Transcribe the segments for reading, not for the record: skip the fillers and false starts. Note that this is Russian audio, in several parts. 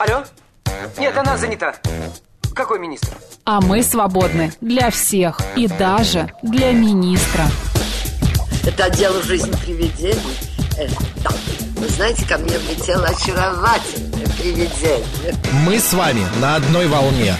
Алло? Нет, она занята. Какой министр? А мы свободны для всех и даже для министра. Это отдел «Жизнь привидений». Да. Вы знаете, ко мне влетело очаровательное привидение. Мы с вами на одной волне.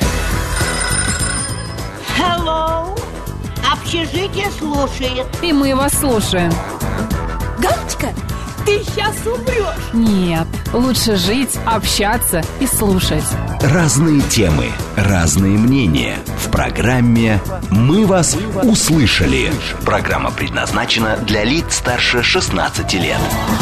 Hello. Общежитие слушает. И мы вас слушаем. Галочка, ты сейчас умрешь. Нет, лучше жить, общаться и слушать. Разные темы, разные мнения. В программе «Мы вас услышали». Программа предназначена для лиц старше 16 лет.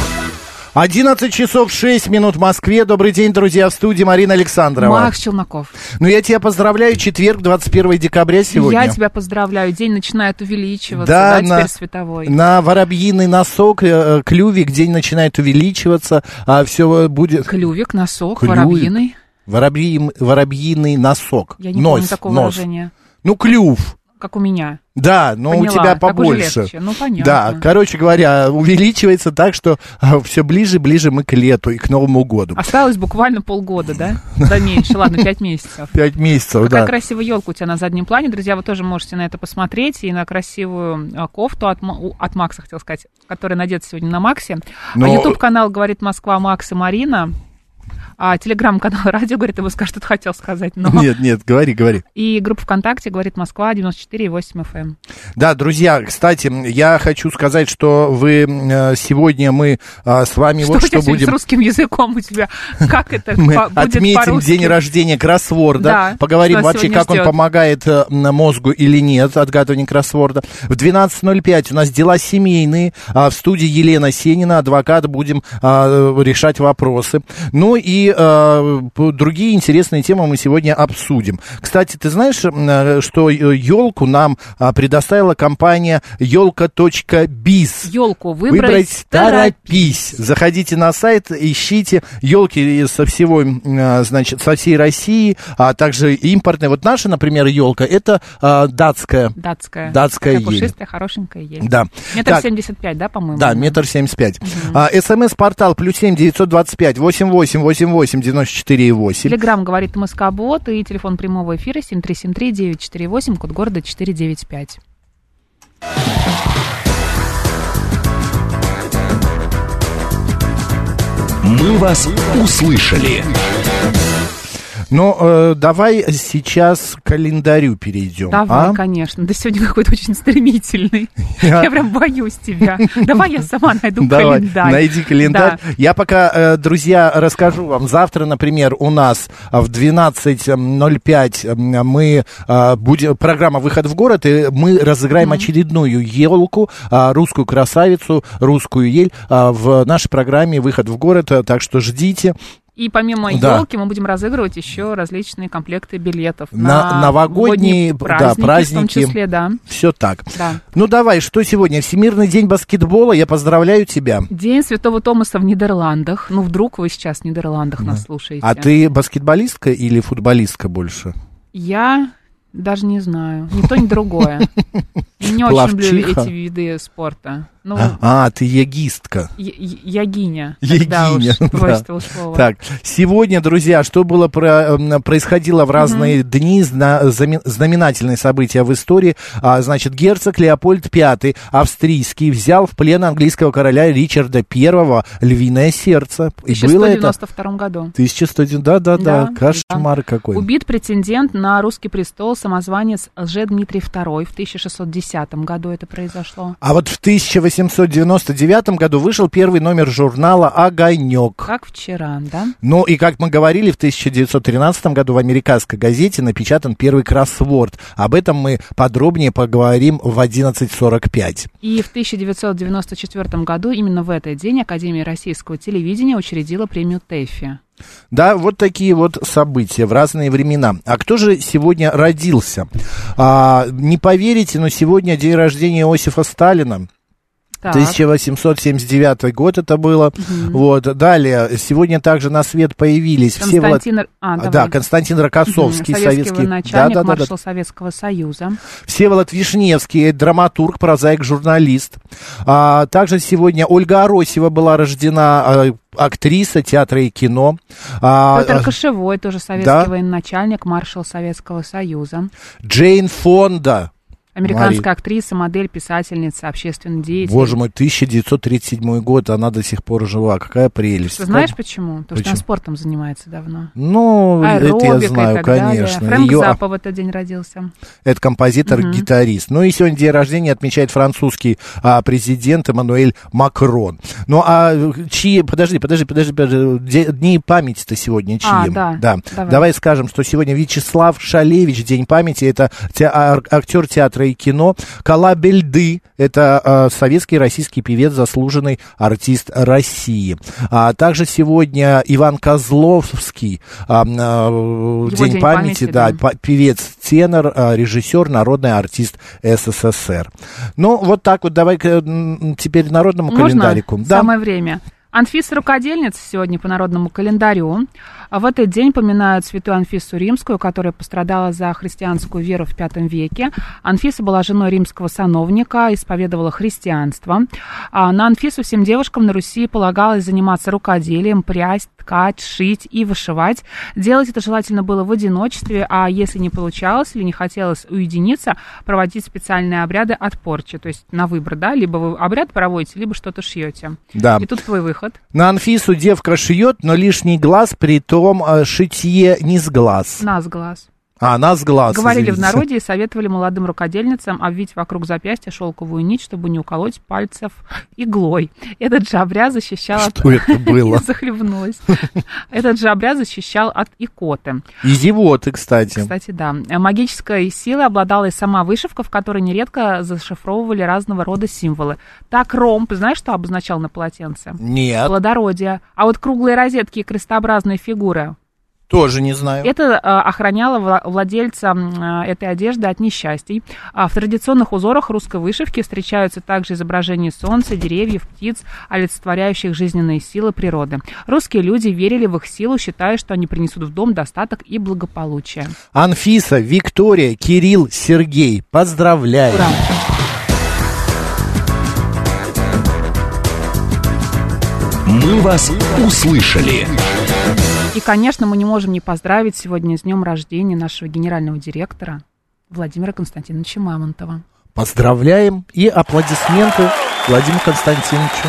11 часов 6 минут в Москве. Добрый день, друзья, в студии Марина Александрова. Макс Челноков. Ну, я тебя поздравляю. Четверг, 21 декабря сегодня. Я тебя поздравляю. День начинает увеличиваться, да, теперь световой. На воробьиный носок, клювик, день начинает увеличиваться, а все будет... Клювик, носок, воробьиный. Воробьиный носок. Я не помню такого выражения. Ну, клюв. Как у меня. Да, но поняла, у тебя побольше. Ну, понятно. Да, короче говоря, увеличивается так, что все ближе мы к лету и к Новому году. Осталось буквально полгода, да? Да меньше, ладно, 5 месяцев. 5 месяцев, да. Какая красивая елка у тебя на заднем плане. Друзья, вы тоже можете на это посмотреть. И на красивую кофту от Макса, хотел сказать, которая надета сегодня на Максе. Ютуб-канал «Говорит Москва», Макс и Марина. А телеграм-канал «Радио», говорит, я бы сказал, что ты хотел сказать. Но... Нет, говори. И группа ВКонтакте «Говорит Москва», 94,8 FM. Да, друзья, кстати, я хочу сказать, что сегодня мы с вами что вот у тебя что будем... с русским языком у тебя? Как это мы будет отметим по-русски? день рождения кроссворда, да, поговорим вообще, как он помогает мозгу или нет, отгадывание кроссворда. В 12:05 у нас дела семейные, в студии Елена Сенина, адвокат, будем решать вопросы. Ну и другие интересные темы мы сегодня обсудим. Кстати, ты знаешь, что елку нам предоставила компания елка.биз. Елку выбрать торопись. Заходите на сайт, ищите елки со всего, значит, со всей России, а также импортные. Вот наша, например, елка, это датская. Датская ель. Пушистая, хорошенькая ель. Да. 1,75 м, да, по-моему? Да, 1,75 м. СМС-портал +7 925 88 88 94,8. Телеграм «Говорит Москобот» и телефон прямого эфира 7373948, код города 495. Мы вас услышали. Ну, давай сейчас к календарю перейдем. Давай, конечно. Да сегодня какой-то очень стремительный. Я прям боюсь тебя. Давай я сама найду календарь. Найди календарь. Да. Я пока, друзья, расскажу вам. Завтра, например, у нас в 12:05 мы будем программа «Выход в город», и мы разыграем очередную елку, русскую красавицу, русскую ель в нашей программе «Выход в город». Так что ждите. И помимо елки мы будем разыгрывать еще различные комплекты билетов на новогодние праздники, в том числе, да. Все так. Да. Ну давай, что сегодня? Всемирный день баскетбола, я поздравляю тебя. День Святого Томаса в Нидерландах. Ну, вдруг вы сейчас в Нидерландах нас слушаете. А ты баскетболистка или футболистка больше? Я даже не знаю. Ни то, ни другое. Не очень люблю эти виды спорта. Ну, ты ягистка. Ягиня. Ягиня, да. Так, сегодня, друзья, что было происходило в разные дни, знаменательные события в истории. Значит, герцог Леопольд V австрийский взял в плен английского короля Ричарда I львиное сердце. В 1192 году. Да, кошмар какой. Убит претендент на русский престол, самозванец Лжедмитрий II. В 1610 году это произошло. А вот в 1899 году вышел первый номер журнала «Огонек». Как вчера, да? Ну и, как мы говорили, в 1913 году в американской газете напечатан первый кроссворд. Об этом мы подробнее поговорим в 11:45. И в 1994 году, именно в этот день, Академия российского телевидения учредила премию ТЭФИ. Да, вот такие вот события в разные времена. А кто же сегодня родился? Не поверите, но сегодня день рождения Иосифа Сталина. Так. 1879 год это было. Вот. Далее, сегодня также на свет появились Константин Рокоссовский, советский военачальник, маршал Советского Союза. Всеволод Вишневский, драматург, прозаик, журналист. Также сегодня Ольга Аросева была рождена, актриса театра и кино. Петр Кошевой, тоже советский военачальник, маршал Советского Союза. Джейн Фонда. Американская актриса, модель, писательница, общественный деятель. Боже мой, 1937 год, она до сих пор жива. Какая прелесть. Ты знаешь почему? Потому что она спортом занимается давно. Ну, это я знаю, конечно. Фрэнк Заппа в этот день родился. Это композитор-гитарист. Ну и сегодня день рождения отмечает французский президент Эммануэль Макрон. Ну а чьи... Подожди. Дни памяти-то сегодня чьи? Да. Давай скажем, что сегодня Вячеслав Шалевич, день памяти, это актер театра и кино. Калабельды, это советский российский певец, заслуженный артист России. Также сегодня Иван Козловский, день памяти, певец, тенор, режиссер, народный артист СССР. Ну, вот так вот, давай теперь народному календарику. Самое время. Анфиса рукодельница сегодня по народному календарю. В этот день поминают святую Анфису Римскую, которая пострадала за христианскую веру в V веке. Анфиса была женой римского сановника, исповедовала христианство. На Анфису всем девушкам на Руси полагалось заниматься рукоделием, прясть, ткать, шить и вышивать. Делать это желательно было в одиночестве, а если не получалось или не хотелось уединиться, проводить специальные обряды от порчи. То есть на выбор, да, либо вы обряд проводите, либо что-то шьете. Да. И тут твой выход. На Анфису девка шьет, но лишний глаз, при том шитье не с глаз. На с глаз. На с глаз. Говорили в народе и советовали молодым рукодельницам обвить вокруг запястья шелковую нить, чтобы не уколоть пальцев иглой. Этот же обряд защищал от... Что это было? Я захлебнулась. Этот же обряд защищал от икоты. И зевоты, кстати. Кстати, да. Магической силой обладала и сама вышивка, в которой нередко зашифровывали разного рода символы. Так ромб, знаешь, что обозначал на полотенце? Нет. Плодородие. А вот круглые розетки и крестообразные фигуры... Тоже не знаю. Это охраняло владельца этой одежды от несчастий. В традиционных узорах русской вышивки встречаются также изображения солнца, деревьев, птиц, олицетворяющих жизненные силы природы. Русские люди верили в их силу, считая, что они принесут в дом достаток и благополучие. Анфиса, Виктория, Кирилл, Сергей. Поздравляю. Ура. Мы вас услышали. И, конечно, мы не можем не поздравить сегодня с днем рождения нашего генерального директора Владимира Константиновича Мамонтова. Поздравляем и аплодисменты Владимиру Константиновичу.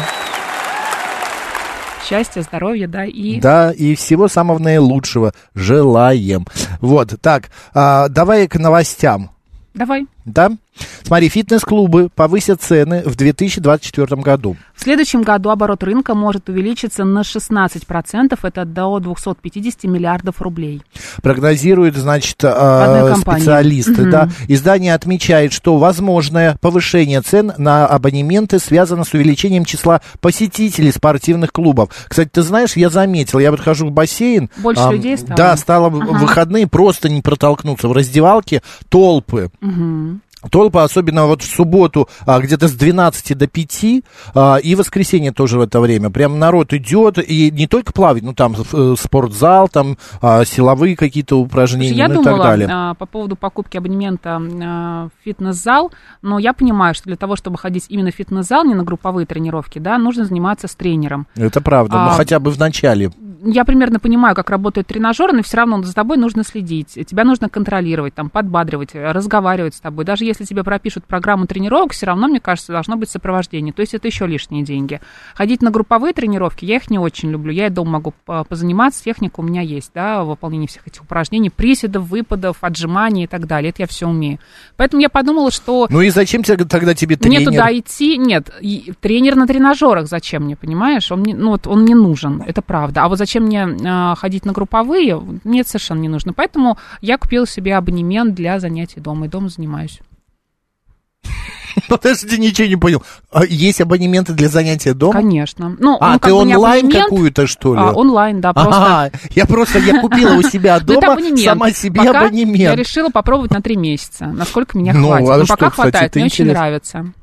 Счастья, здоровья, да, и... Да, и всего самого наилучшего желаем. Вот, так, давай к новостям. Давай. Да? Смотри, фитнес-клубы повысят цены в 2024 году. В следующем году оборот рынка может увеличиться на 16%, это до 250 миллиардов рублей. Прогнозируют, значит, специалисты. Да. Издание отмечает, что возможное повышение цен на абонементы связано с увеличением числа посетителей спортивных клубов. Кстати, ты знаешь, я заметил, я вот хожу в бассейн. Больше людей стало? Да, стало в выходные просто не протолкнуться. В раздевалке толпы. Толпа, особенно вот в субботу, где-то с 12 до 5, и в воскресенье тоже в это время. Прям народ идет, и не только плавать, ну там спортзал, там силовые какие-то упражнения, я думала, и так далее. По поводу покупки абонемента в фитнес-зал, но я понимаю, что для того, чтобы ходить именно в фитнес-зал, не на групповые тренировки, да, нужно заниматься с тренером. Это правда, но хотя бы в начале. Я примерно понимаю, как работает тренажер, но все равно за тобой нужно следить, тебя нужно контролировать, там, подбадривать, разговаривать с тобой. Даже если тебе пропишут программу тренировок, все равно, мне кажется, должно быть сопровождение. То есть это еще лишние деньги. Ходить на групповые тренировки, я их не очень люблю. Я и дома могу позаниматься, техника у меня есть, да, выполнение всех этих упражнений, приседов, выпадов, отжиманий и так далее. Это я все умею. Поэтому я подумала, что... Ну и зачем тогда тебе тренер? Мне туда идти... Нет, тренер на тренажерах зачем мне, понимаешь? Он не нужен, это правда. А вот зачем мне ходить на групповые, мне это совершенно не нужно. Поэтому я купила себе абонемент для занятий дома, и дома занимаюсь. Подожди, ничего не понял. Есть абонементы для занятия дома? Конечно. Ты онлайн какую-то, что ли? Онлайн, да, просто. Я купила у себя дома сама себе абонемент. Я решила попробовать на 3 месяца, насколько меня хватит. Но пока хватает, мне очень нравится.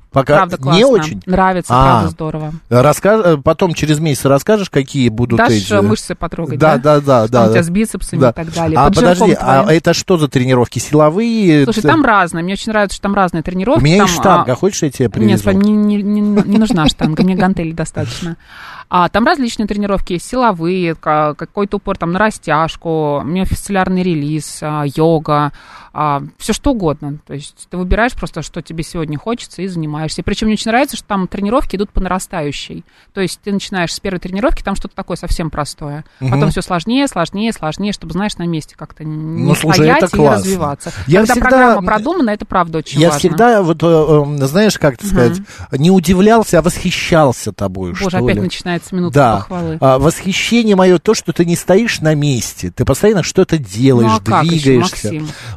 Пока правда классно. Не очень? Нравится, правда здорово. Потом через месяц расскажешь, какие будут эти... Дашь мышцы потрогать, да? Да. У тебя с бицепсами и так далее. Подожди, это что за тренировки? Силовые? Слушай, там разные. Мне очень нравится, что там разные тренировки. У меня есть штанга. Хочешь, я тебе привезу? Нет, не нужна штанга. Мне гантели достаточно. Там различные тренировки есть, силовые, какой-то упор там на растяжку, миофасциалярный релиз, йога, все что угодно. То есть ты выбираешь просто, что тебе сегодня хочется, и занимаешься. Причем мне очень нравится, что там тренировки идут по нарастающей. То есть ты начинаешь с первой тренировки, там что-то такое совсем простое. Потом все сложнее, чтобы, знаешь, на месте как-то не стоять и развиваться. Когда программа продумана, это правда очень важно. Я всегда, знаешь, как сказать, не удивлялся, а восхищался тобой. Боже, опять начинается минута похвалы. Восхищение мое то, что ты не стоишь на месте, ты постоянно что-то делаешь, двигаешься,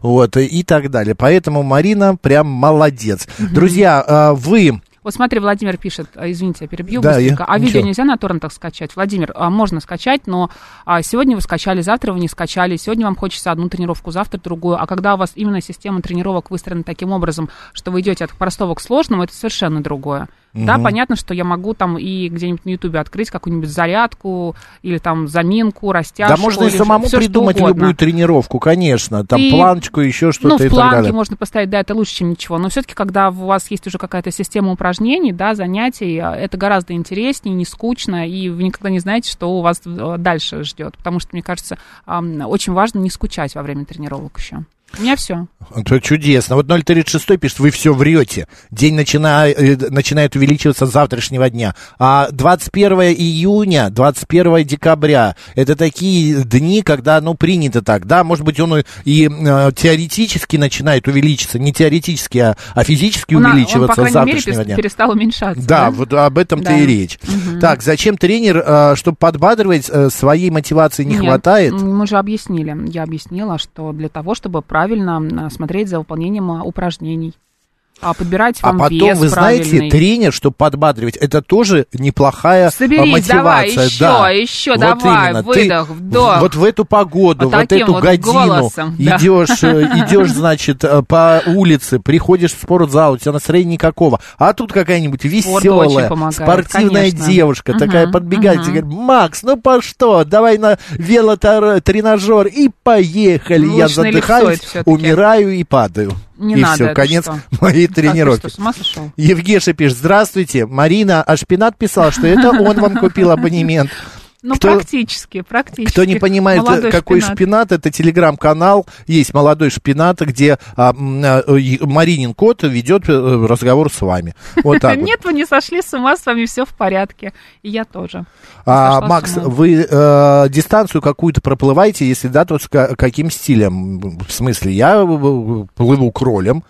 и так далее. Поэтому Марина прям молодец. Друзья, вы... Вот смотри, Владимир пишет, извините, я перебью быстренько. Видео нельзя на торрентах скачать? Владимир, можно скачать, но сегодня вы скачали, завтра вы не скачали, сегодня вам хочется одну тренировку, завтра другую, а когда у вас именно система тренировок выстроена таким образом, что вы идете от простого к сложному, это совершенно другое. Да, понятно, что я могу там и где-нибудь на Ютубе открыть какую-нибудь зарядку или там заминку, растяжку. Да, можно и самому придумать любую тренировку, конечно, там планочку, еще что-то и так далее. Ну, в планке можно поставить, да, это лучше, чем ничего, но все-таки, когда у вас есть уже какая-то система упражнений, да, занятий, это гораздо интереснее, не скучно, и вы никогда не знаете, что у вас дальше ждет, потому что, мне кажется, очень важно не скучать во время тренировок еще. У меня все. Это чудесно. Вот 036 пишет, вы все врете. День начинает увеличиваться с завтрашнего дня. А 21 июня, 21 декабря, это такие дни, когда, принято так. Да, может быть, он и теоретически начинает увеличиться. Не теоретически, а физически увеличиваться с завтрашнего дня. Перестал уменьшаться. Да, вот об этом-то и речь. Так, зачем тренер, чтобы подбадривать, своей мотивации не хватает? Мы же объяснили. Я объяснила, что для того, чтобы правильно смотреть за выполнением упражнений. Подбирать вам вес правильный. А потом, вы знаете, тренер, чтобы подбадривать, это тоже неплохая мотивация. Еще, давай, именно. Выдох, вдох. Вот в эту погоду, вот эту годину идешь, значит, по улице, приходишь в спортзал, у тебя настроения никакого, а тут какая-нибудь веселая, спортивная девушка такая подбегает и говорит, Макс, ну по что, давай на велотренажер и поехали. Я задыхаюсь, умираю и падаю. Не и надо, все, конец моей тренировки. Ты что, с ума сошел? Евгеша пишет, здравствуйте, Марина Ашпинат писала, что это он вам купил абонемент. Ну, практически. Кто не понимает, какой шпинат, это телеграм-канал, есть «Молодой шпинат», где Маринин кот ведет разговор с вами. Вот так Нет, вы не сошли с ума, с вами все в порядке. И я тоже. Макс, вы дистанцию какую-то проплываете, если да, то с каким стилем? В смысле, я плыву кролем,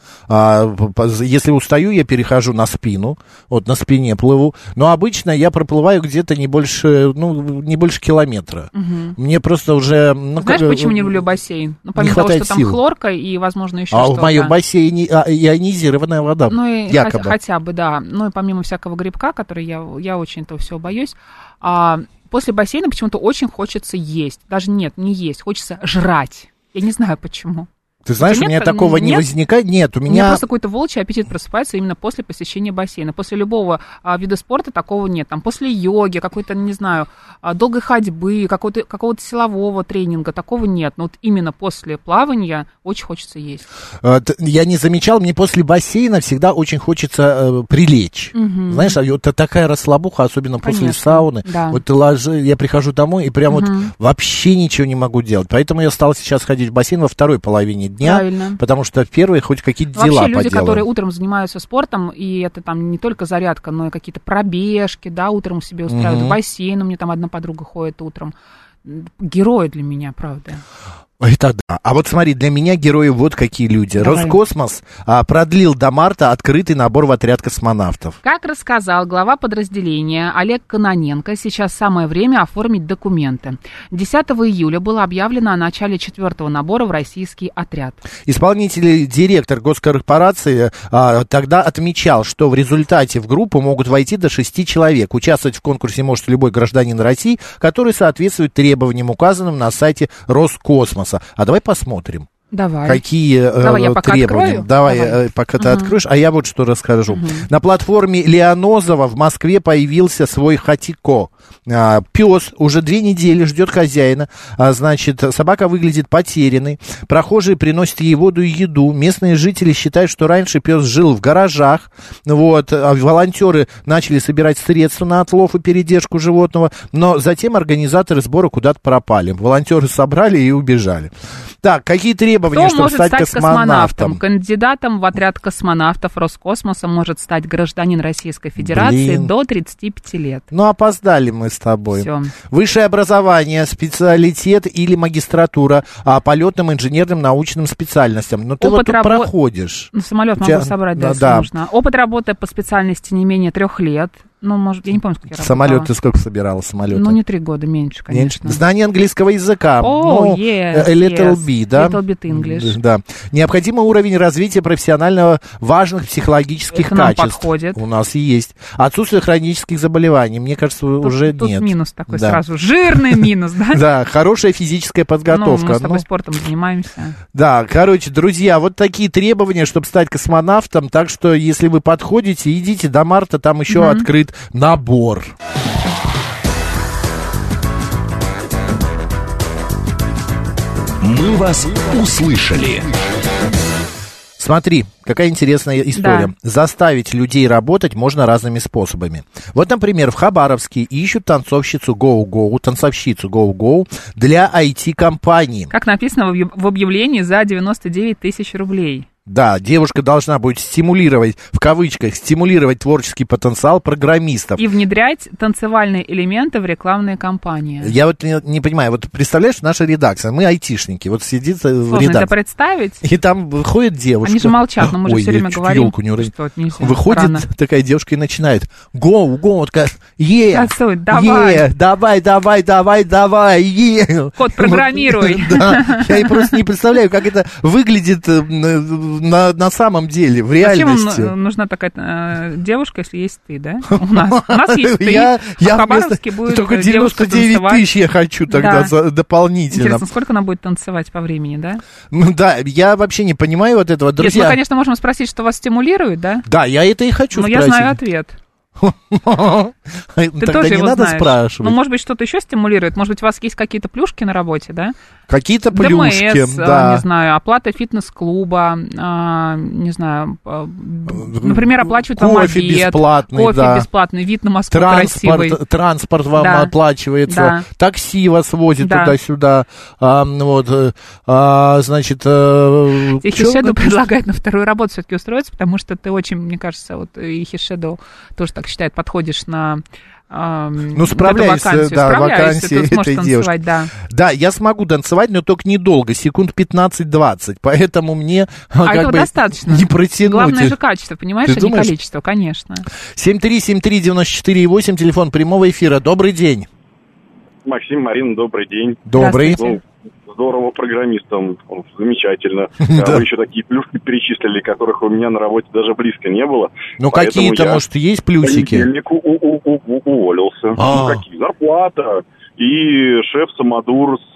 если устаю, я перехожу на спину, вот на спине плыву, но обычно я проплываю где-то не больше километра. Мне просто уже... Знаешь, почему не люблю бассейн? Помимо того, что там хлорка и, возможно, еще что-то. В моем бассейне ионизированная вода, якобы. Хотя бы, да. Ну и помимо всякого грибка, который я очень этого всего боюсь, после бассейна почему-то очень хочется есть. Даже нет, не есть, хочется жрать. Я не знаю, почему. Ты знаешь, у меня такого не возникает. Нет, у меня просто какой-то волчий аппетит просыпается именно после посещения бассейна. После любого вида спорта такого нет. Там после йоги, какой-то, не знаю, долгой ходьбы, какого-то силового тренинга, такого нет. Но вот именно после плавания очень хочется есть. Я не замечал, мне после бассейна всегда очень хочется прилечь. Знаешь, это такая расслабуха, особенно после сауны. Да. Вот я прихожу домой и прям вот вообще ничего не могу делать. Поэтому я стал сейчас ходить в бассейн во второй половине дня, правильно. Потому что в первые хоть какие-то дела вообще люди, поделаем. которые утром занимаются спортом, и это там не только зарядка, но и какие-то пробежки, да, утром себе устраивают в бассейн, у меня там одна подруга ходит утром. Герои для меня, правда. Это да. А вот смотри, для меня герои вот какие люди. Давай. Роскосмос продлил до марта открытый набор в отряд космонавтов. Как рассказал глава подразделения Олег Кононенко, сейчас самое время оформить документы. 10 июля было объявлено о начале 4-го набора в российский отряд. Исполнительный директор госкорпорации тогда отмечал, что в результате в группу могут войти до 6 человек. Участвовать в конкурсе может любой гражданин России, который соответствует требованиям, указанным на сайте Роскосмоса. А давай посмотрим. Давай. Какие я пока требования? Давай. Пока ты откроешь, а я вот что расскажу. На платформе Лианозова в Москве появился свой хатико. Пес уже 2 недели ждет хозяина. Значит, собака выглядит потерянной. Прохожие приносят ей воду и еду. Местные жители считают, что раньше пес жил в гаражах. Вот. Волонтеры начали собирать средства на отлов и передержку животного. Но затем организаторы сбора куда-то пропали. Волонтеры собрали и убежали. Так, какие требования, чтобы стать космонавтом? Кандидатом в отряд космонавтов Роскосмоса может стать гражданин Российской Федерации до 35 лет. Ну, опоздали мы с тобой. Всё. Высшее образование, специалитет или магистратура по летным, инженерным, научным специальностям. Но ты вот тут проходишь. Самолет могу собрать, да, если нужно. Опыт работы по специальности не менее 3 лет. Ну, может, я не помню, сколько я работала. Самолет ты сколько собирала самолета? Ну, не 3 года, меньше, конечно. Знание английского языка. Little bit, да? Little bit English. Да. Необходимый уровень развития профессионального важных психологических качеств. Нам подходит. У нас и есть. Отсутствие хронических заболеваний, мне кажется, уже тут нет. Тут минус такой сразу. Жирный минус, да? Да, хорошая физическая подготовка. Мы с тобой спортом занимаемся. Да, короче, друзья, вот такие требования, чтобы стать космонавтом. Так что, если вы подходите, идите до марта, там еще открыт набор. Мы вас услышали. Смотри, какая интересная история. Да. Заставить людей работать можно разными способами. Вот, например, в Хабаровске ищут танцовщицу гоу-гоу для IT-компании. Как написано в объявлении, за 99 тысяч рублей. Да, девушка должна будет стимулировать, в кавычках, стимулировать творческий потенциал программистов. И внедрять танцевальные элементы в рекламные кампании. Я вот не понимаю, вот представляешь, наша редакция, мы айтишники, вот сидит в редакции. Сложно это представить. И там выходит девушка. Они же молчат, но мы же все время говорим, что это нельзя. Выходит Странно. такая девушка и начинает гоу, такая, давай. Код программируй. Да, я просто не представляю, как это выглядит на самом деле, в реальности. Зачем нужна такая девушка, если есть ты, да? У нас есть ты, я в Хабаровске будет только девушка 99 тысяч я хочу тогда дополнительно. Интересно, сколько она будет танцевать по времени, да? Ну да, я вообще не понимаю вот этого, друзья. Если мы, конечно, можем спросить, что вас стимулирует, да? Да, я это и хочу спросить. Но я знаю ответ. Ты Тогда тоже не его надо знаешь. спрашивать. Ну, может быть, что-то еще стимулирует? Может быть, у вас есть какие-то плюшки на работе, да? Какие-то плюшки, ДМС, да. Не знаю, оплата фитнес-клуба, не знаю, например, оплачивают вам кофе обед. бесплатный, кофе бесплатный, вид на Москву красивый. Транспорт вам оплачивается, такси вас возит туда-сюда. Значит... Хишеду предлагает на вторую работу все-таки устроиться, потому что ты очень, мне кажется, вот и Хишеду тоже так считает, подходишь на... справляйся, вакансии этой девушки. Да, я смогу танцевать, но только недолго, секунд 15-20, поэтому мне этого достаточно. Не протянуть. Главное же качество, понимаешь, а не количество, конечно. 7373948, телефон прямого эфира. Добрый день. Максим, Марина, добрый день. Добрый. Здорово, программистом, замечательно. Вы еще такие плюшки перечислили, которых у меня на работе даже близко не было. Ну, какие-то, может, есть плюсики? Я уволился. Какие? Зарплата. И шеф-самодур с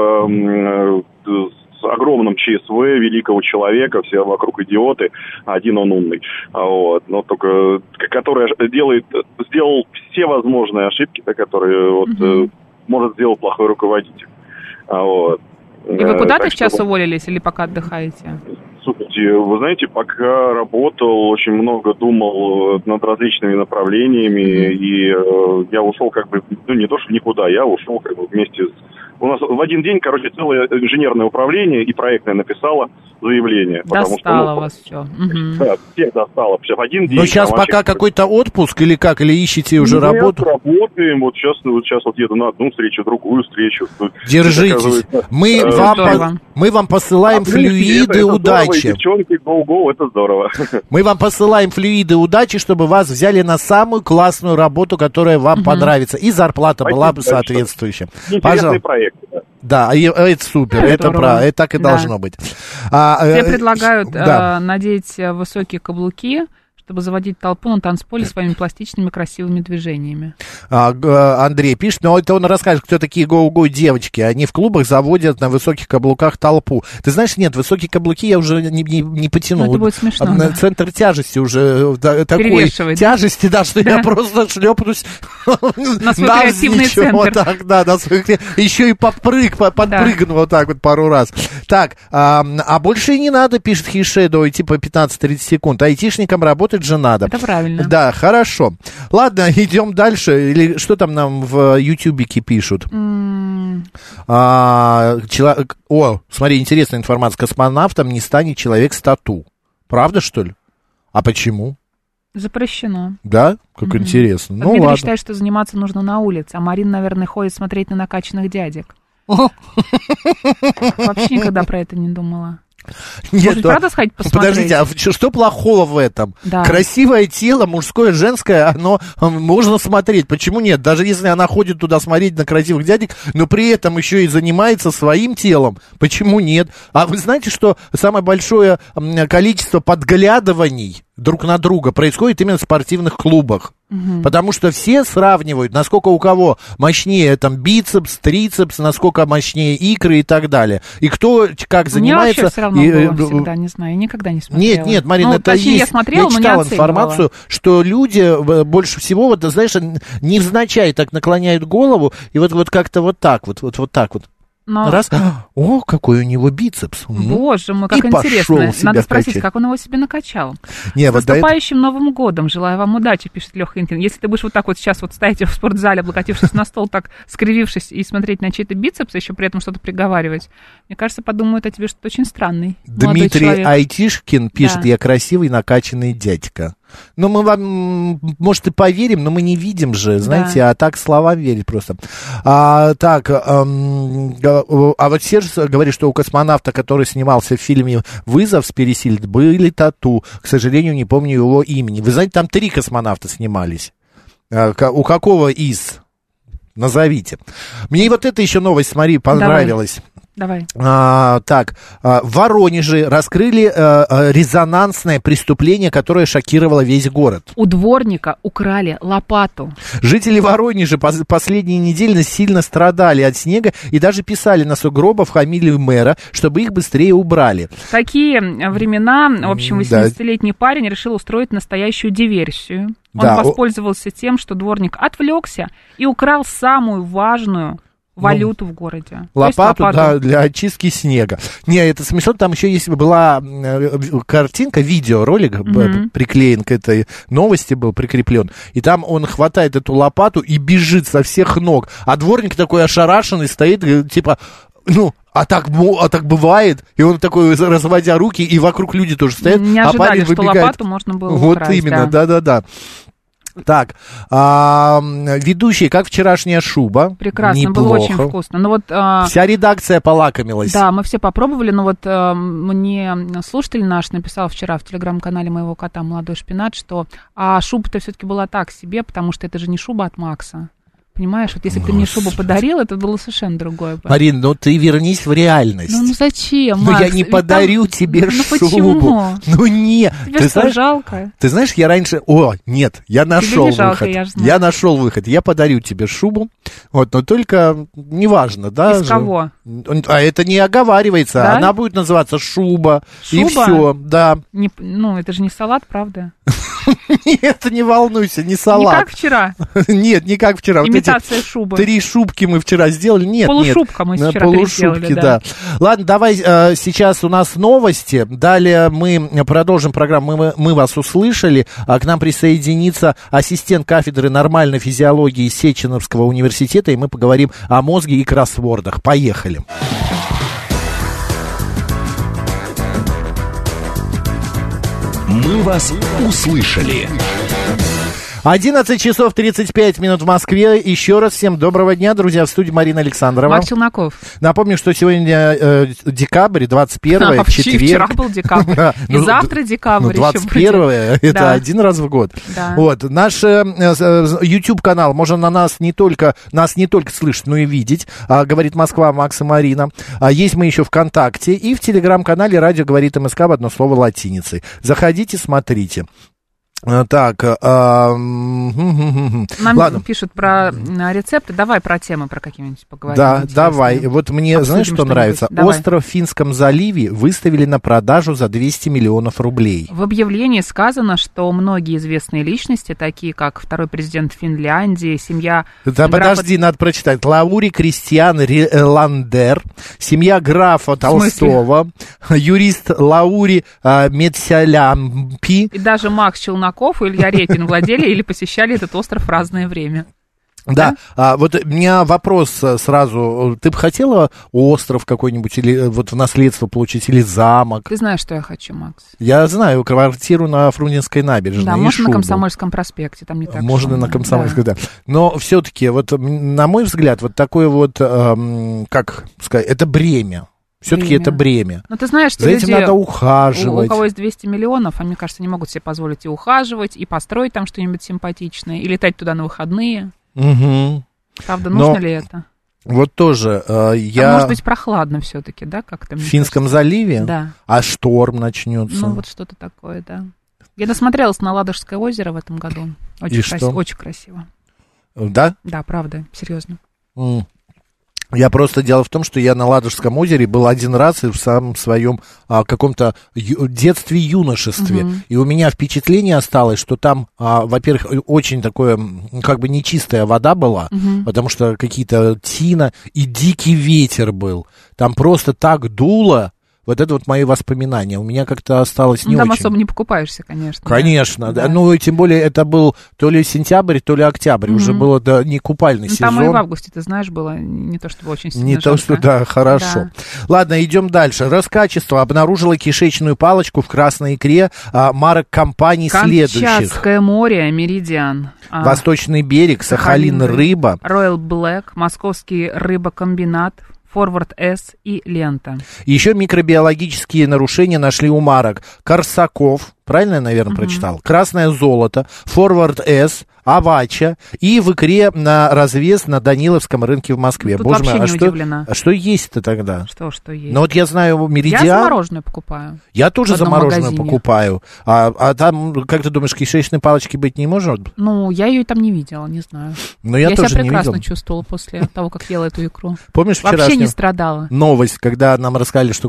огромным ЧСВ, великого человека, все вокруг идиоты, один он умный. Но только, который сделал все возможные ошибки, которые может сделать плохой руководитель. И вы куда-то сейчас уволились или пока отдыхаете? Слушайте, вы знаете, пока работал, очень много думал над различными направлениями, и я ушел не то что никуда, я ушел вместе с... У нас в один день, целое инженерное управление и проектное написало заявление. Достало вас все. Да, всех достало. В один день. Но сейчас пока какой-то отпуск или как? Или ищете уже работу? Работаем. Вот сейчас еду на одну встречу, другую встречу. Держитесь. Мы вам посылаем флюиды удачи. Девчонки, go-go, это здорово. Мы вам посылаем флюиды удачи, чтобы вас взяли на самую классную работу, которая вам понравится. И зарплата была бы соответствующая. Интересный проект. Да, это супер, это правда, это так и должно быть. Тебе предлагают надеть высокие каблуки, чтобы заводить толпу на танцполе своими пластичными красивыми движениями. Андрей пишет, но это он расскажет, кто такие гоу-гоу девочки. Они в клубах заводят на высоких каблуках толпу. Ты знаешь, нет, высокие каблуки я уже не потяну. Это будет смешно. Центр тяжести уже такой тяжести, да, что я просто шлепнусь на свой креативный центр. Вот так, да, на свой еще и подпрыгну вот так вот пару раз. Так, а больше и не надо, пишет Хишедо, типа 15-30 секунд. Айтишникам работать же надо. Это правильно. Да, хорошо. Ладно, идем дальше. Или что там нам в Ютубике пишут? Смотри, интересная информация. Космонавтом не станет человек с тату. Правда, что ли? А почему? Запрещено. Да? Как интересно. Ну, Дмитрий ладно. считает, что заниматься нужно на улице, а Марина, наверное, ходит смотреть на накачанных дядек. Вообще никогда про это не думала. Нет, может, правда сходить посмотреть? Подождите, а что плохого в этом? Да. Красивое тело, мужское, женское, оно можно смотреть. Почему нет? Даже если она ходит туда смотреть на красивых дядек, но при этом еще и занимается своим телом, почему нет? А вы знаете, что самое большое количество подглядываний друг на друга происходит именно в спортивных клубах? Потому что все сравнивают, насколько у кого мощнее там бицепс, трицепс, насколько мощнее икры и так далее. И кто как занимается. Мне вообще все равно было всегда, не знаю, я никогда не смотрела. Нет, Марина, это точнее, есть. Я смотрела, я читал информацию, что люди больше всего, вот, знаешь, невзначай так наклоняют голову, и вот как-то вот так вот так вот. Но... Раз, о, какой у него бицепс. Боже мой, как и интересно. Надо спросить, качать. как он его себе накачал. Не, с наступающим Новым годом. Желаю вам удачи, пишет Леха Инкин. Если ты будешь вот так вот сейчас вот стоять в спортзале, облокотившись на стол, так скривившись и смотреть на чей-то бицепс, еще при этом что-то приговаривать, мне кажется, подумают о тебе что-то очень странный. Дмитрий Айтишкин пишет, да. Я красивый накачанный дядька. Ну, мы вам, может, и поверим, но мы не видим же, знаете, да. А так словам верить просто. А вот Серж говорит, что у космонавта, который снимался в фильме «Вызов» с Пересильд, были тату. К сожалению, не помню его имени. Вы знаете, там 3 космонавта снимались. У какого из? Назовите. Мне вот эта еще новость, смотри, понравилась. Давай. В Воронеже раскрыли резонансное преступление, которое шокировало весь город. У дворника украли лопату. Жители Воронежа последние недели сильно страдали от снега и даже писали на сугробах фамилию мэра, чтобы их быстрее убрали. В такие времена, в общем, 18-летний парень решил устроить настоящую диверсию. Он воспользовался тем, что дворник отвлекся и украл самую важную валюту в городе. Лопату, да, для очистки снега. Не, это смешно, там еще есть была картинка, видеоролик приклеен к этой новости, был прикреплен, и там он хватает эту лопату и бежит со всех ног, а дворник такой ошарашенный стоит, типа, а так бывает, и он такой, разводя руки, и вокруг люди тоже стоят, не ожидали, а парень выбегает. Что лопату можно было украсть. Вот именно, да. Так, ведущий, как вчерашняя шуба. Прекрасно, неплохо. Было очень вкусно. Но вот, вся редакция полакомилась. Да, мы все попробовали, но вот мне слушатель наш написал вчера в телеграм-канале моего кота «Молодой шпинат», что шуба-то все-таки была так себе, потому что это же не шуба от Макса. Понимаешь, вот если бы ты мне шубу подарил, это было совершенно другое. Марин, ты вернись в реальность. Ну зачем, Макс? Я не подарю тебе шубу. Почему? Нет. Тебе что, жалко? Ты знаешь, я раньше... я нашел выход. Жалко, я нашел выход. Я подарю тебе шубу, но только неважно, да? Из кого? А это не оговаривается. Да? Она будет называться шуба. И все, да. Это же не салат, правда? Нет, не волнуйся, не салат. Не как вчера? Нет, не как вчера. Имитация шубы. 3 шубки мы вчера сделали. Нет, полушубка мы вчера полушубки, да. Ладно, давай, сейчас у нас новости. Далее мы продолжим программу «Мы вас услышали». К нам присоединится ассистент кафедры нормальной физиологии Сеченовского университета, и мы поговорим о мозге и кроссвордах. Поехали. Мы вас услышали. 11 часов 35 минут в Москве. Еще раз всем доброго дня, друзья. В студии Марина Александрова. Марк Челноков. Напомню, что сегодня декабрь, 21 в четверг. Вчера был декабрь. И завтра декабрь. 21 это один раз в год. Вот. Наш YouTube-канал, можно нас не только слышать, но и видеть. Говорит Москва, Макс и Марина. Есть мы еще ВКонтакте и в Телеграм-канале «Радио говорит МСК» в одно слово латиницей. Заходите, смотрите. Так, Нам ладно. пишут про рецепты. Давай про темы про какие-нибудь поговорим. Да, интересные. давай. Вот мне, Обсудим знаешь, что что-нибудь. нравится? Давай. Остров в Финском заливе выставили на продажу за 200 миллионов рублей. В объявлении сказано, что многие известные личности, такие как второй президент Финляндии, семья... Да, подожди, надо прочитать. Лаури Кристиан Ландер, семья графа Толстого, юрист Лаури Медсялямпи. И даже Макс Челноков и Илья Репин владели или посещали этот остров в разное время. Да, вот у меня вопрос сразу. Ты бы хотела остров какой-нибудь или вот в наследство получить, или замок? Ты знаешь, что я хочу, Макс? Я знаю, квартиру на Фрунзенской набережной. Да, и можно шубу. на Комсомольском проспекте, там не так Можно шумно. на Комсомольской, да. Но все-таки, вот, на мой взгляд, вот такое вот, как сказать, это бремя. Все-таки это бремя. Но ты знаешь, за этим надо ухаживать. У кого есть 200 миллионов, а мне кажется, не могут себе позволить и ухаживать, и построить там что-нибудь симпатичное, и летать туда на выходные. Угу. Правда, нужно ли это? Вот тоже я... может быть, прохладно все-таки, да, как-то? В Финском заливе? Да. А шторм начнется? Ну, вот что-то такое, да. Я насмотрелась на Ладожское озеро в этом году. Очень красиво. Да? Да, правда, серьезно. Я просто... Дело в том, что я на Ладожском озере был один раз и в самом своем каком-то детстве, юношестве. И у меня впечатление осталось, что там, во-первых, очень такое, как бы нечистая вода была, потому что какие-то тина и дикий ветер был. Там просто так дуло. Вот это вот мои воспоминания. У меня как-то осталось не там очень. особо не покупаешься, конечно. Конечно, да. Ну, и тем более это был то ли сентябрь, то ли октябрь. Уже было не купальный сезон. Там и в августе, ты знаешь, было не то чтобы очень сильно не жарко. то, что, да, хорошо. Да. Ладно, идем дальше. Роскачество обнаружило кишечную палочку в красной икре марок компаний следующих. Камчатское море, Меридиан. Восточный берег, Сахалин рыба. Royal Black, Московский рыбокомбинат, Forward S и Лента. Еще микробиологические нарушения нашли у марок Корсаков, правильно я, наверное, прочитал? Красное золото, Forward S, Авача и в икре на развес на Даниловском рынке в Москве. Тут Боже мой, вообще не удивлена. что есть-то тогда? Что есть? Ну вот я знаю Меридиан. Я замороженную покупаю. Я тоже замороженную магазине. покупаю. А там, как ты думаешь, кишечной палочки быть не может? Ну, я ее там не видела, не знаю. Но я тоже себя не прекрасно видел. чувствовала после того, как ела эту икру. Помнишь вообще не страдала. Новость, когда нам рассказали, что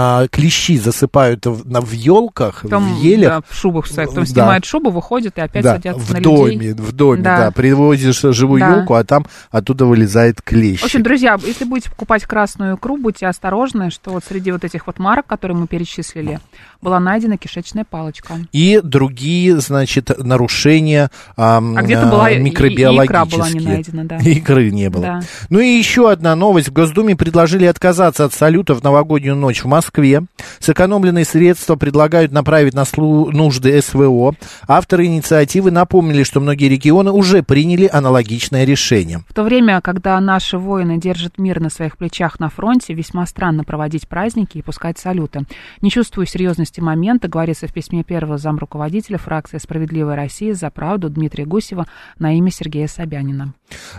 клещи засыпают в елках, в елях. Да, в шубах своих. Потом снимают шубу, выходят и опять садятся на людей. В доме, да. Привозишь живую елку, а там оттуда вылезает клещ. В общем, друзья, если будете покупать красную икру, будьте осторожны, что вот среди вот этих вот марок, которые мы перечислили, была найдена кишечная палочка. И другие, значит, нарушения где-то была микробиологические. икра была не найдена, да. Икры не было. Да. Ну и еще одна новость. В Госдуме предложили отказаться от салюта в новогоднюю ночь в Москве. Сэкономленные средства предлагают направить на нужды СВО. Авторы инициативы напомнили, что многие регионы уже приняли аналогичное решение. В то время, когда наши воины держат мир на своих плечах на фронте, весьма странно проводить праздники и пускать салюты. Не чувствую серьезности момента, говорится в письме первого замруководителя фракции «Справедливая Россия за правду» Дмитрия Гусева на имя Сергея Собянина.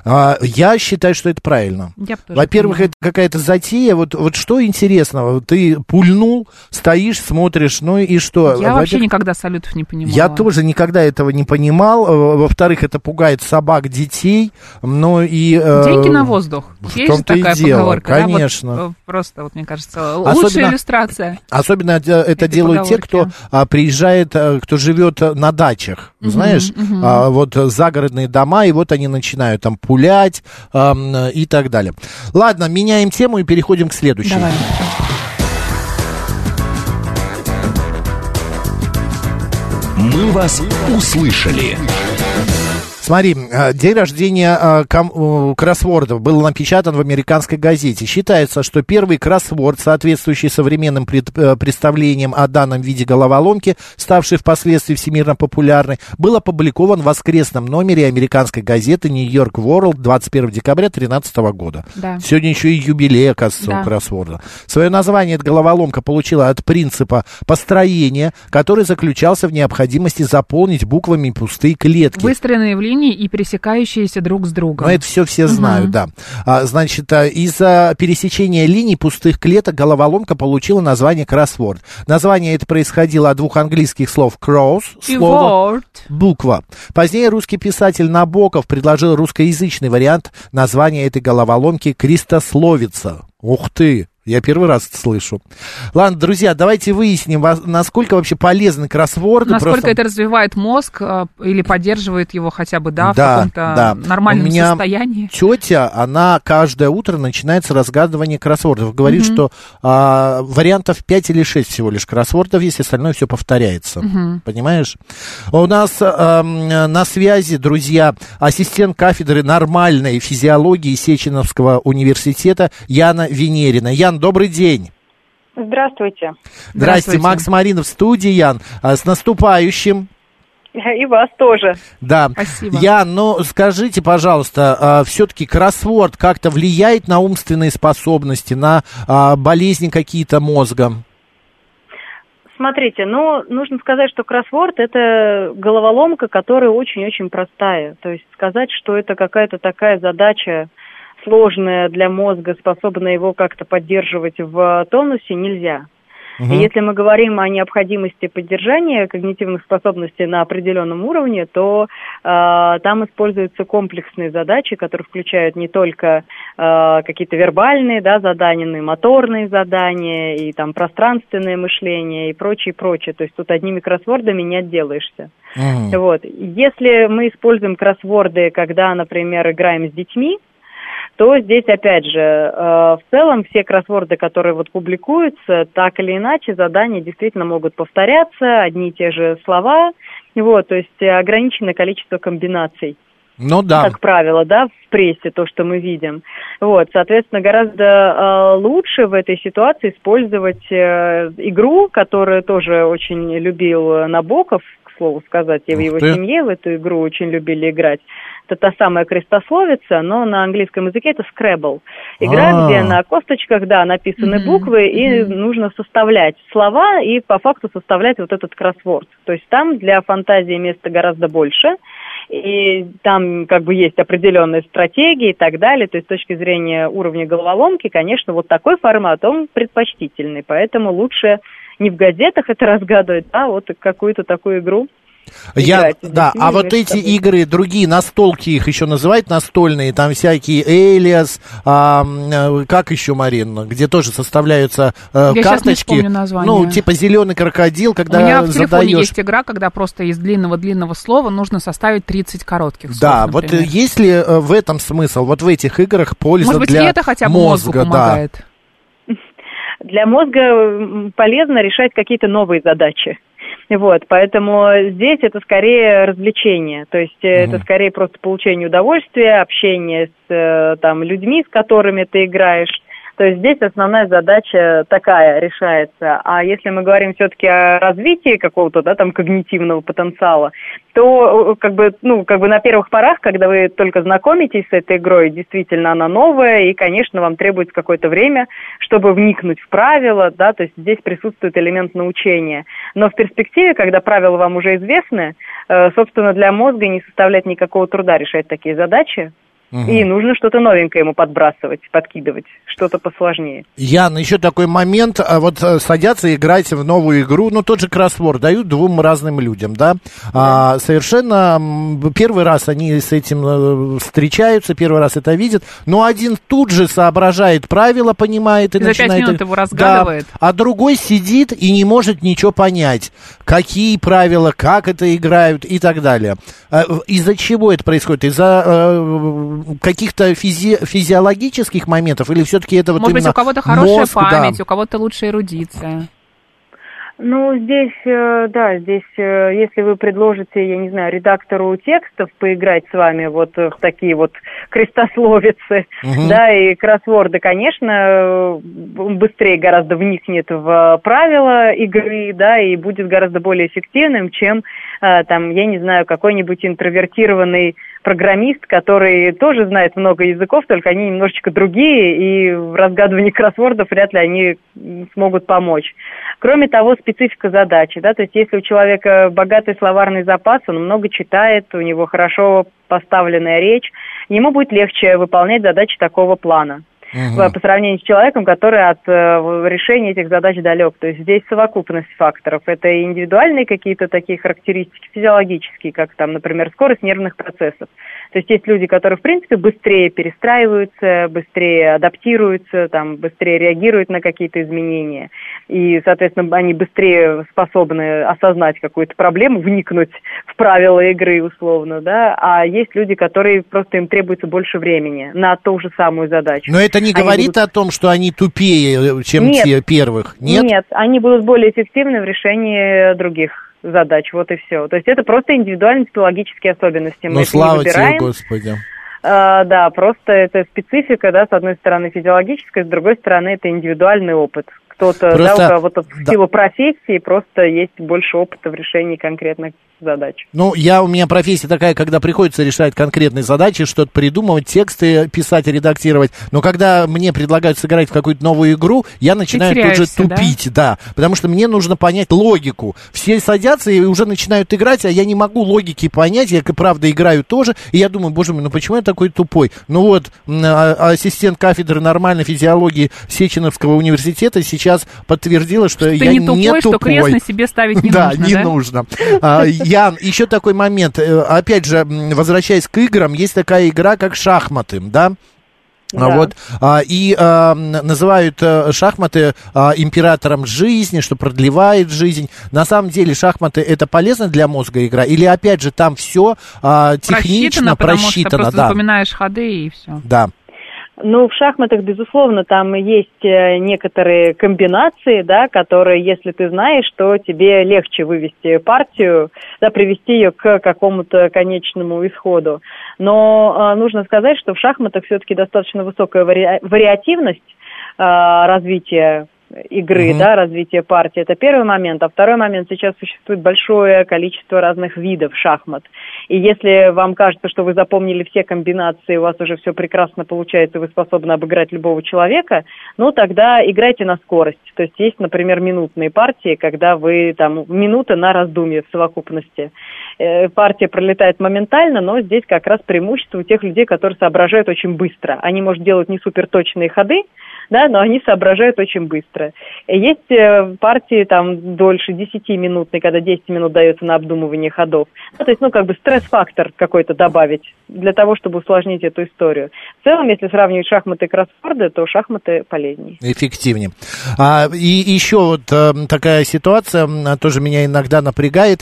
Я считаю, что это правильно. Во-первых, это какая-то затея. Вот что интересного? Ты пульнул, стоишь, смотришь, ну и что? Я вообще никогда салютов не понимала. Я тоже никогда этого не понимал. Во-вторых, это пугает собак, детей. Ну и... Деньги на воздух. Есть же такая поговорка. Конечно. Да? Вот, просто, вот, мне кажется, лучшая иллюстрация. Особенно это делают те, кто приезжает, кто живет на дачах. Знаешь, вот загородные дома, и вот они начинают там пулять и так далее. Ладно, меняем тему и переходим к следующей. Давай. Мы вас услышали. Смотри, день рождения кроссвордов был напечатан в американской газете. Считается, что первый кроссворд, соответствующий современным представлениям о данном виде головоломки, ставший впоследствии всемирно популярной, был опубликован в воскресном номере американской газеты «Нью-Йорк Ворлд» 21 декабря 2013 года. Да. Сегодня еще и юбилей, оказывается, у кроссворда. Свое название эта головоломка получила от принципа построения, который заключался в необходимости заполнить буквами пустые клетки. Выстроенные в линию линий и пересекающиеся друг с другом. Ну, это все знают, да. Значит, из-за пересечения линий пустых клеток головоломка получила название кроссворд. Название это происходило от двух английских слов cross, слово, буква. Позднее русский писатель Набоков предложил русскоязычный вариант названия этой головоломки крестословица. Ух ты! Я первый раз это слышу. Ладно, друзья, давайте выясним, насколько вообще полезны кроссворды. Насколько это развивает мозг или поддерживает его хотя бы, в каком-то нормальном состоянии. Тетя, она каждое утро начинает с разгадывания кроссвордов. Говорит, что вариантов 5 или 6 всего лишь кроссвордов есть, остальное все повторяется. Понимаешь? У нас на связи, друзья, ассистент кафедры нормальной физиологии Сеченовского университета Яна Венерина. Ян, добрый день. Здравствуйте. Здравствуйте, Макс Маринов в студии, Ян. С наступающим. И вас тоже. Да. Спасибо. Ян, скажите, пожалуйста, все-таки кроссворд как-то влияет на умственные способности, на болезни какие-то мозга? Смотрите, нужно сказать, что кроссворд – это головоломка, которая очень-очень простая. То есть сказать, что это какая-то такая задача, сложная для мозга, способна его как-то поддерживать в тонусе, нельзя. И если мы говорим о необходимости поддержания когнитивных способностей на определенном уровне, то там используются комплексные задачи, которые включают не только какие-то вербальные задания, но и моторные задания, и там пространственное мышление, и прочее, прочее. То есть тут одними кроссвордами не отделаешься. Вот. Если мы используем кроссворды, когда, например, играем с детьми, то здесь, опять же, в целом все кроссворды, которые публикуются, так или иначе, задания действительно могут повторяться, одни и те же слова, то есть ограниченное количество комбинаций. Ну да. Как правило, в прессе, то, что мы видим. Соответственно, гораздо лучше в этой ситуации использовать игру, которую тоже очень любил Набоков, к слову сказать, и в его семье в эту игру очень любили играть. Это та самая крестословица, но на английском языке это Scrabble. Игра, где на косточках, написаны буквы, и нужно составлять слова и по факту составлять этот кроссворд. То есть там для фантазии места гораздо больше, и там есть определенные стратегии и так далее. То есть с точки зрения уровня головоломки, конечно, такой формат, он предпочтительный. Поэтому лучше не в газетах это разгадывать, а какую-то такую игру. А вот эти игры, другие, настолки их еще называют настольные, там всякие Элиас, как еще, Марина, где тоже составляются карточки. Сейчас не вспомню название. Типа зеленый крокодил, когда у меня в телефоне есть игра, когда просто из длинного-длинного слова нужно составить 30 коротких слов, Да, например. Есть ли в этом смысл, в этих играх польза для мозга? Может быть, это хотя бы мозгу помогает? Для мозга полезно решать какие-то новые задачи. Поэтому здесь это скорее развлечение, то есть это скорее просто получение удовольствия, общение с людьми, с которыми ты играешь. То есть здесь основная задача такая решается. А если мы говорим все-таки о развитии какого-то, когнитивного потенциала, то на первых порах, когда вы только знакомитесь с этой игрой, действительно она новая, и, конечно, вам требуется какое-то время, чтобы вникнуть в правила, то есть здесь присутствует элемент научения. Но в перспективе, когда правила вам уже известны, собственно, для мозга не составляет никакого труда решать такие задачи. И нужно что-то новенькое ему подбрасывать, подкидывать, что-то посложнее. Яна, еще такой момент, садятся играть в новую игру, тот же кроссворд дают двум разным людям, совершенно первый раз они с этим встречаются, первый раз это видят, но один тут же соображает правила, понимает и начинает... За 5 минут его разгадывает. А другой сидит и не может ничего понять, какие правила, как это играют и так далее. Из-за чего это происходит? Из-за каких-то физиологических моментов, или все-таки это Может быть, у кого-то хорошая память, у кого-то лучшая эрудиция? Здесь, если вы предложите, я не знаю, редактору текстов поиграть с вами в такие крестословицы, и кроссворды, конечно, быстрее гораздо вникнет в правила игры, и будет гораздо более эффективным, чем, я не знаю, какой-нибудь интровертированный программист, который тоже знает много языков, только они немножечко другие, и в разгадывании кроссвордов вряд ли они смогут помочь. Кроме того, специфика задачи, да, то есть если у человека богатый словарный запас, он много читает, у него хорошо поставленная речь, ему будет легче выполнять задачи такого плана. По сравнению с человеком, который от решения этих задач далек. То есть здесь совокупность факторов. Это и индивидуальные какие-то такие характеристики, физиологические, как там, например, скорость нервных процессов. То есть есть люди, которые, в принципе, быстрее перестраиваются, быстрее адаптируются, там, быстрее реагируют на какие-то изменения. И, соответственно, они быстрее способны осознать какую-то проблему, вникнуть в правила игры, условно, да. А есть люди, которые просто им требуется больше времени на ту же самую задачу. Но это не говорит о том, что они тупее, чем те первых? Нет? Нет, они будут более эффективны в решении других задач, вот и все. То есть это просто индивидуальные психологические особенности. Мы слава тебе, Господи. Да, просто это специфика, да, с одной стороны физиологическая, с другой стороны это индивидуальный опыт. Кто-то, да, у кого-то в силу профессии просто есть больше опыта в решении конкретных задач. Ну, у меня профессия такая, когда приходится решать конкретные задачи, что-то придумывать, тексты писать, редактировать. Но когда мне предлагают сыграть в какую-то новую игру, я начинаю тут же тупить, да? Потому что мне нужно понять логику. Все садятся и уже начинают играть, а я не могу логики понять. Я, правда, играю тоже. И я думаю, боже мой, почему я такой тупой? Ну вот, ассистент кафедры нормальной физиологии Сеченовского университета сейчас подтвердила, что я не тупой. Что крест на себе ставить не нужно, да? Не нужно. Ян, еще такой момент. Опять же, возвращаясь к играм, есть такая игра, как шахматы, да? Да. Вот, называют шахматы императором жизни, что продлевает жизнь. На самом деле шахматы это полезно для мозга игра? Или опять же там все технично просчитано? Потому что просто запоминаешь ходы и все. Да. Ну, в шахматах, безусловно, там есть некоторые комбинации, да, которые, если ты знаешь, то тебе легче вывести партию, да, привести ее к какому-то конечному исходу. Но нужно сказать, что в шахматах все-таки достаточно высокая вариативность развития игры, да, развития партии. Это первый момент. А второй момент, сейчас существует большое количество разных видов шахмат. И если вам кажется, что вы запомнили все комбинации, у вас уже все прекрасно получается, вы способны обыграть любого человека, ну, тогда играйте на скорость. То есть есть, например, минутные партии, когда вы там минута на раздумье в совокупности. Партия пролетает моментально, но здесь как раз преимущество у тех людей, которые соображают очень быстро. Они, может, делают не суперточные ходы, да, но они соображают очень быстро. Есть партии там дольше 10-минутные, когда 10 минут дается на обдумывание ходов. Ну, то есть, как бы стресс-фактор какой-то добавить для того, чтобы усложнить эту историю. В целом, если сравнивать шахматы и кроссворды, то шахматы полезнее. Эффективнее. И еще вот такая ситуация, тоже меня иногда напрягает.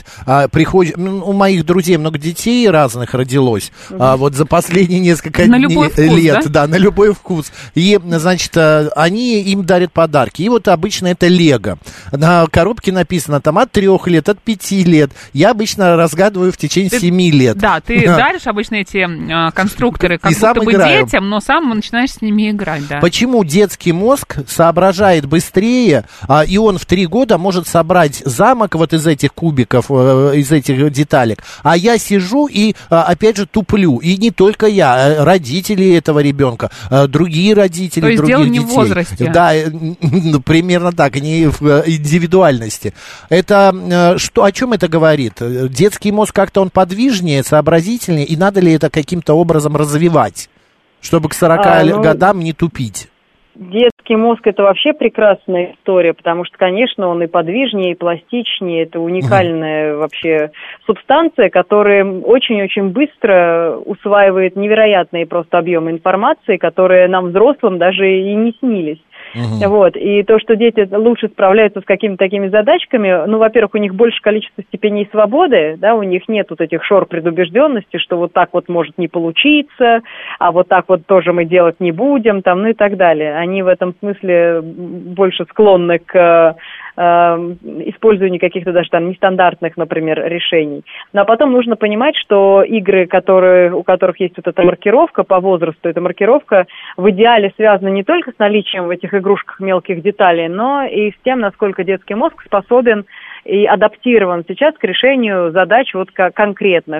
У моих друзей много детей разных родилось. Вот за последние несколько лет. Да, на любой вкус. И, значит, они им дарят подарки. И вот обычно это Лего. На коробке написано там от 3 лет, от 5 лет. Я обычно разгадываю в течение 7 лет. Да, ты даришь обычно эти конструкторы как будто бы детям, но сам начинаешь с ними играть. Да. Почему детский мозг соображает быстрее, и он в 3 года может собрать замок вот из этих кубиков, из этих деталек, а я сижу и, опять же, туплю. И не только я, родители этого ребенка, другие родители, то есть других детей. В возрасте. Да, примерно так, не в индивидуальности. Это о чем это говорит? Детский мозг как-то он подвижнее, сообразительнее, и надо ли это каким-то образом развивать, чтобы к 40 годам не тупить? Детский мозг – это вообще прекрасная история, потому что, конечно, он и подвижнее, и пластичнее. Это уникальная вообще субстанция, которая очень-очень быстро усваивает невероятные просто объемы информации, которые нам, взрослым, даже и не снились. Вот. И то, что дети лучше справляются с какими-то такими задачками, во-первых, у них больше количество степеней свободы, да, у них нет вот этих шор предубежденности, что вот так вот может не получиться, а вот так вот тоже мы делать не будем, там, и так далее. Они в этом смысле больше склонны к использованию каких-то даже там нестандартных, например, решений. Ну, а потом нужно понимать, что игры, у которых есть вот эта маркировка по возрасту, эта маркировка в идеале связана не только с наличием в этих игрушках мелких деталей, но и с тем, насколько детский мозг способен и адаптирован сейчас к решению задач вот конкретных.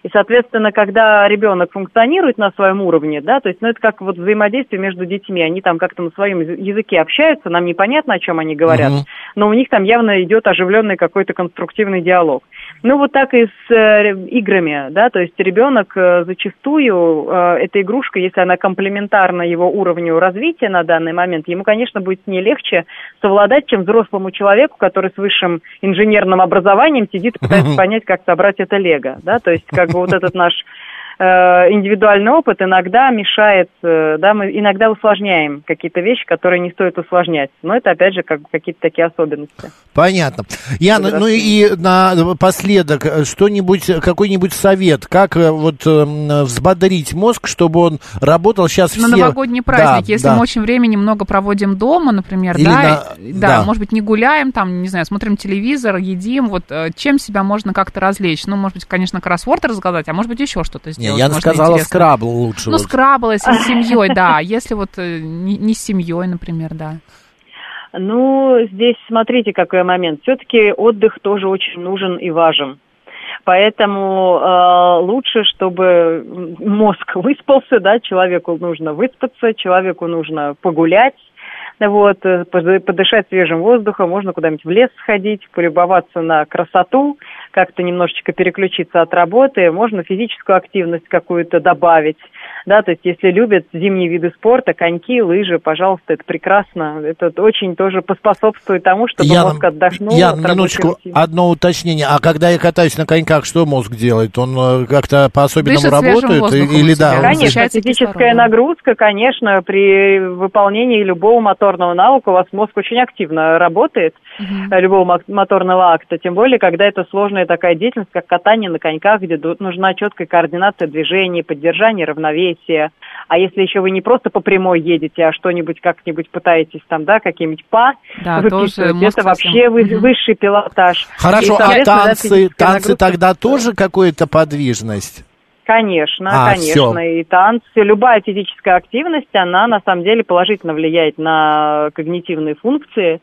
И, соответственно, когда ребенок функционирует на своем уровне, да, то есть, это как вот взаимодействие между детьми, они там как-то на своем языке общаются, нам непонятно, о чем они говорят, но у них там явно идет оживленный какой-то конструктивный диалог. Вот так и с играми, да, то есть ребенок зачастую, эта игрушка, если она комплементарна его уровню развития на данный момент, ему, конечно, будет с ней легче совладать, чем взрослому человеку, который с высшим инженерным образованием сидит и пытается понять, как собрать это лего, да, то есть как бы вот этот наш индивидуальный опыт иногда мешает, да, мы иногда усложняем какие-то вещи, которые не стоит усложнять. Но это, опять же, как какие-то такие особенности. Понятно. Яна, и напоследок какой-нибудь совет, как вот взбодрить мозг, чтобы он работал сейчас на новогодний праздник, если мы очень времени много проводим дома, например, может быть, не гуляем, там, не знаю, смотрим телевизор, едим, вот чем себя можно как-то развлечь? Может быть, конечно, кроссворд разгадать, а может быть, еще что-то сделать. Я сказала, скрабл лучше. Скрабл, если с семьей, да. Если вот не с семьей, например, да. Здесь смотрите, какой момент. Все-таки отдых тоже очень нужен и важен. Поэтому лучше, чтобы мозг выспался, да, человеку нужно выспаться, человеку нужно погулять, подышать свежим воздухом, можно куда-нибудь в лес сходить, полюбоваться на красоту, как-то немножечко переключиться от работы, можно физическую активность какую-то добавить, да, то есть если любят зимние виды спорта, коньки, лыжи, пожалуйста, это прекрасно, это очень тоже поспособствует тому, чтобы мозг отдохнул. Минуточку, одно уточнение, а когда я катаюсь на коньках, что мозг делает? Он как-то по-особенному работает? Или да? Конечно, физическая нагрузка, конечно, при выполнении любого моторного навыка у вас мозг очень активно работает, любого моторного акта, тем более, когда это сложная такая деятельность, как катание на коньках, где нужна четкая координация движений, поддержание равновесия. А если еще вы не просто по прямой едете, а что-нибудь как-нибудь пытаетесь там, да, какие-нибудь выписывать, это вообще высший пилотаж. Хорошо, а танцы тогда тоже какая-то подвижность? Конечно. Всё. И танцы, любая физическая активность, она на самом деле положительно влияет на когнитивные функции,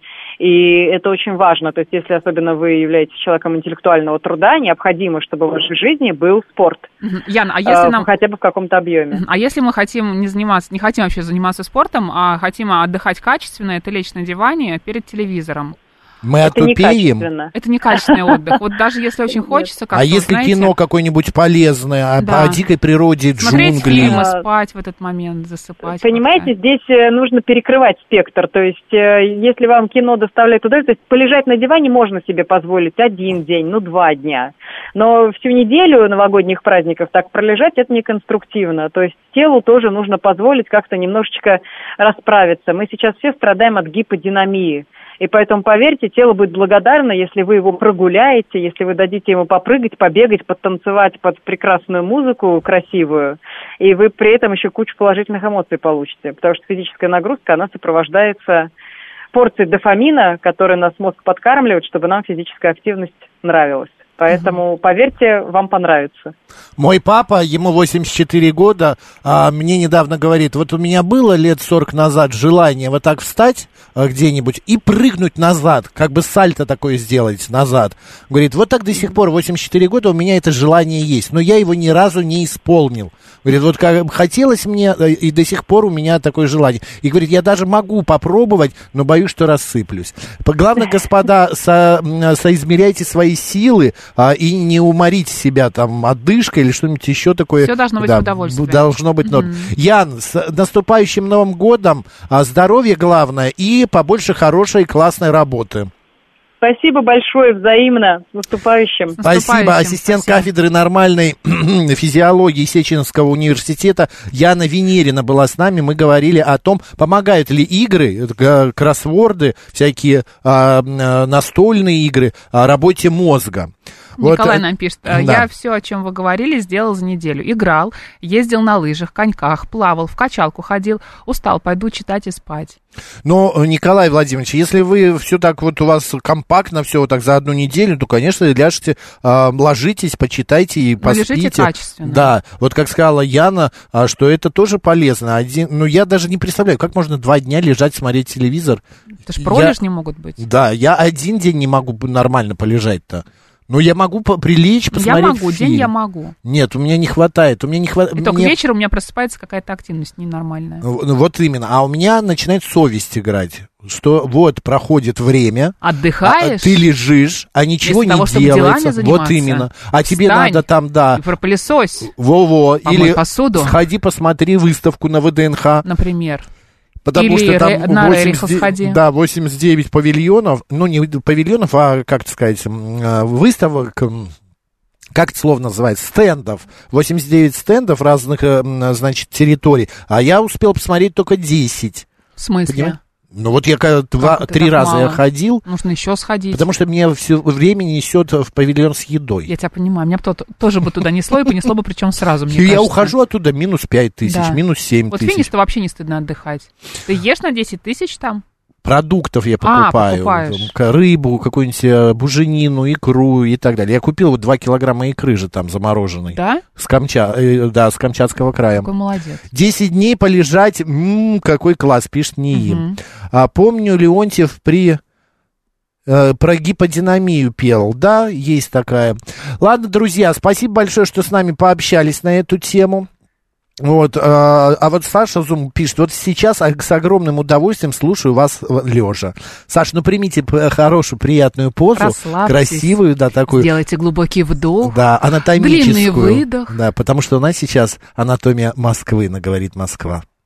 и это очень важно. То есть, если особенно вы являетесь человеком интеллектуального труда, необходимо, чтобы в вашей жизни был спорт. Яна, а если хотя бы в каком-то объеме. А если мы хотим не хотим вообще заниматься спортом, а хотим отдыхать качественно, это лечь на диване перед телевизором? Мы отупеем. Это некачественный отдых. Вот даже если очень хочется, как-то, если кино какое-нибудь полезное о дикой природе, смотреть джунгли. фильмы, спать в этот момент, засыпать. Понимаете, здесь нужно перекрывать спектр. То есть, если вам кино доставляет удовольствие, то есть полежать на диване можно себе позволить 1 день, 2 дня. Но всю неделю новогодних праздников так пролежать, это неконструктивно. То есть телу тоже нужно позволить как-то немножечко расправиться. Мы сейчас все страдаем от гиподинамии. И поэтому, поверьте, тело будет благодарно, если вы его прогуляете, если вы дадите ему попрыгать, побегать, подтанцевать под прекрасную музыку красивую, и вы при этом еще кучу положительных эмоций получите. Потому что физическая нагрузка, она сопровождается порцией дофамина, которая нас мозг подкармливает, чтобы нам физическая активность нравилась. Поэтому, поверьте, вам понравится. Мой папа, ему 84 года, мне недавно говорит, вот у меня было лет 40 назад желание вот так встать где-нибудь и прыгнуть назад, как бы сальто такое сделать назад. Говорит, вот так до сих пор, 84 года, у меня это желание есть, но я его ни разу не исполнил. Говорит, вот как хотелось мне, и до сих пор у меня такое желание. И говорит, я даже могу попробовать, но боюсь, что рассыплюсь. Главное, господа, соизмеряйте свои силы и не уморите себя там отдышкой или что-нибудь еще такое. Все должно быть удовольствие. Должно быть норм. Ян, с наступающим Новым годом, здоровья главное и побольше хорошей классной работы. Спасибо большое, взаимно. С наступающим. Спасибо. Ассистент кафедры нормальной физиологии Сеченовского университета Яна Венерина была с нами. Мы говорили о том, помогают ли игры, кроссворды, всякие настольные игры работе мозга. Николай нам пишет, я все, о чем вы говорили, сделал за неделю. Играл, ездил на лыжах, коньках, плавал, в качалку ходил, устал, пойду читать и спать. Но, Николай Владимирович, если вы все так вот у вас компактно, все вот так за 1 неделю, то, конечно, ляжете, ложитесь, почитайте и поспите. Лежите качественно. Да, вот как сказала Яна, что это тоже полезно. Я даже не представляю, как можно 2 дня лежать, смотреть телевизор. Это ж пролежни могут быть. Да, я 1 день не могу нормально полежать-то. Ну, я могу прилечь, посмотреть Я могу, фильм. день я могу. Нет, у меня не хватает. И только вечером у меня просыпается какая-то активность ненормальная. Вот именно. А у меня начинает совесть играть. Что вот проходит время. Отдыхаешь? Ты лежишь, а ничего не делается. Вот именно. А тебе надо там, да. И пропылесось. Во-во. Или посуду. сходи, посмотри выставку на ВДНХ. Например. Потому или что там на Рериха сходи. Да, 89 павильонов. Ну, не павильонов, а, как сказать, выставок. Как это слово называется? Стендов. 89 стендов разных, значит, территорий. А я успел посмотреть только 10. В смысле? Понимаешь? Ну вот я 3 раза я ходил. Нужно еще сходить. Потому что мне все время несет в павильон с едой. Я тебя понимаю. Меня тоже бы туда несло, и понесло бы причем сразу, мне кажется. Я ухожу оттуда минус 5 тысяч, да. Минус 7 тысяч. Вот Финис-то вообще не стыдно отдыхать. Ты ешь на 10 тысяч там? Продуктов я покупаю. Рыбу, какую-нибудь буженину, икру и так далее. Я купил вот 2 килограмма икры же там замороженной. Да? С Камчатского края. Какой молодец. 10 дней полежать, какой класс, пишет НИИ. Помню, Леонтьев про гиподинамию пел. Да, есть такая. Ладно, друзья, спасибо большое, что с нами пообщались на эту тему. Вот, а вот Саша Зум пишет, вот сейчас с огромным удовольствием слушаю вас лежа. Саш, ну примите хорошую, приятную позу, красивую, да, такую. Сделайте глубокий вдох, да, анатомическую. Длинный выдох. Да, потому что у нас сейчас анатомия Москвы, говорит Москва.